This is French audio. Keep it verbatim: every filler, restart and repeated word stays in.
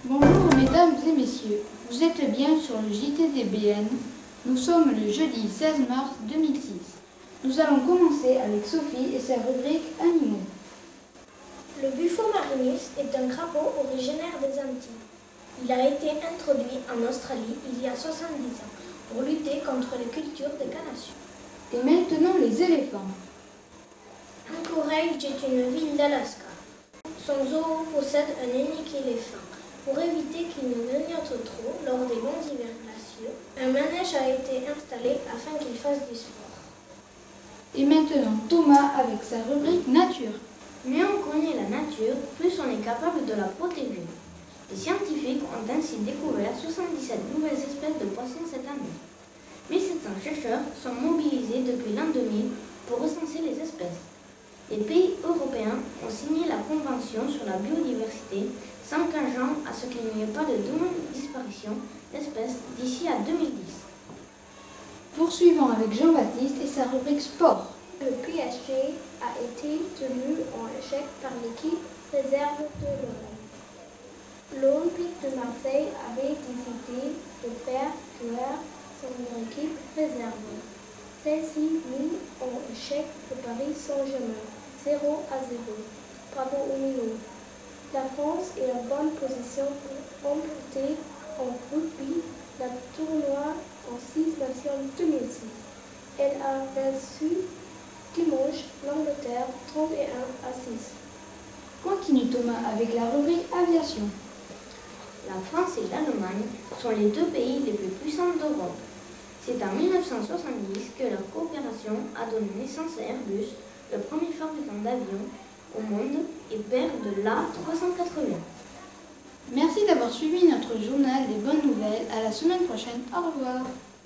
Bonjour mesdames et messieurs, vous êtes bien sur le J T D B N. Nous sommes le jeudi seize mars deux mille six. Nous allons commencer avec Sophie et sa rubrique Animaux. Le buffo marinus est un crapaud originaire des Antilles. Il a été introduit en Australie il y a soixante-dix ans pour lutter contre les cultures de canne à sucre. Et maintenant les éléphants. Anchorage est une ville d'Alaska. Son zoo possède un unique éléphant. Pour éviter qu'il ne grignote trop lors des longs hivers glaciaux, un manège a été installé afin qu'il fasse du sport. Et maintenant Thomas avec sa rubrique Nature. Mieux on connaît la nature, plus on est capable de la protéger. Les scientifiques ont ainsi découvert soixante-dix-sept nouvelles espèces de poissons cette année. Mais certains chercheurs sont mobilisés depuis l'an deux mille pour recenser les espèces. Les pays européens ont signé la Convention sur la biodiversité, s'engageant à ce qu'il n'y ait pas de disparition d'espèces d'ici à deux mille dix. Poursuivons avec Jean-Baptiste et sa rubrique Sport. Le P S G a été tenu en échec par l'équipe réserve de l'Olympique. L'Olympique de Marseille avait décidé de faire jouer son équipe réserve. Celle-ci mit en échec le Paris Saint-Germain, zéro à zéro. Bravo aux Minots. La France est en bonne position pour remporter en rugby la tournoi en six nations deux mille six. Elle a reçu dimanche l'Angleterre trente et un à six. Continue Thomas avec la rubrique Aviation. La France et l'Allemagne sont les deux pays les plus puissants d'Europe. C'est en mille neuf cent soixante-dix que leur coopération a donné naissance à Airbus, le premier fabricant d'avions au monde et père de l'A trois cent quatre-vingts. Merci d'avoir suivi notre journal des bonnes nouvelles. À la semaine prochaine. Au revoir.